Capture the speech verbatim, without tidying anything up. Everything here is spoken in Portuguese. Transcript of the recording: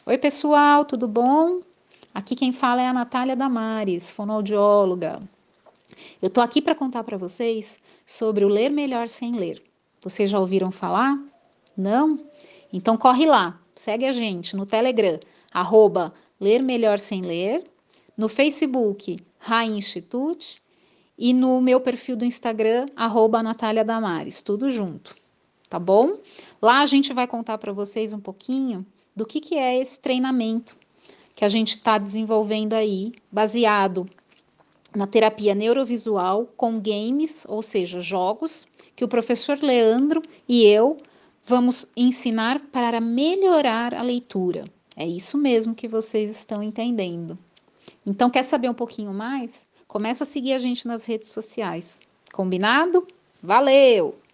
Oi, pessoal, tudo bom? Aqui quem fala é a Natália Damares, fonoaudióloga. Eu tô aqui para contar para vocês sobre o Ler Melhor Sem Ler. Vocês já ouviram falar? Não? Então corre lá, segue a gente no Telegram, arroba Ler Melhor Sem Ler, no Facebook, Rai Institute, e no meu perfil do Instagram, arroba Natália Damares, tudo junto, tá bom? Lá a gente vai contar para vocês um pouquinho do que, que é esse treinamento que a gente está desenvolvendo aí, baseado na terapia neurovisual com games, ou seja, jogos, que o professor Leandro e eu vamos ensinar para melhorar a leitura. É isso mesmo que vocês estão entendendo. Então, quer saber um pouquinho mais? Começa a seguir a gente nas redes sociais. Combinado? Valeu!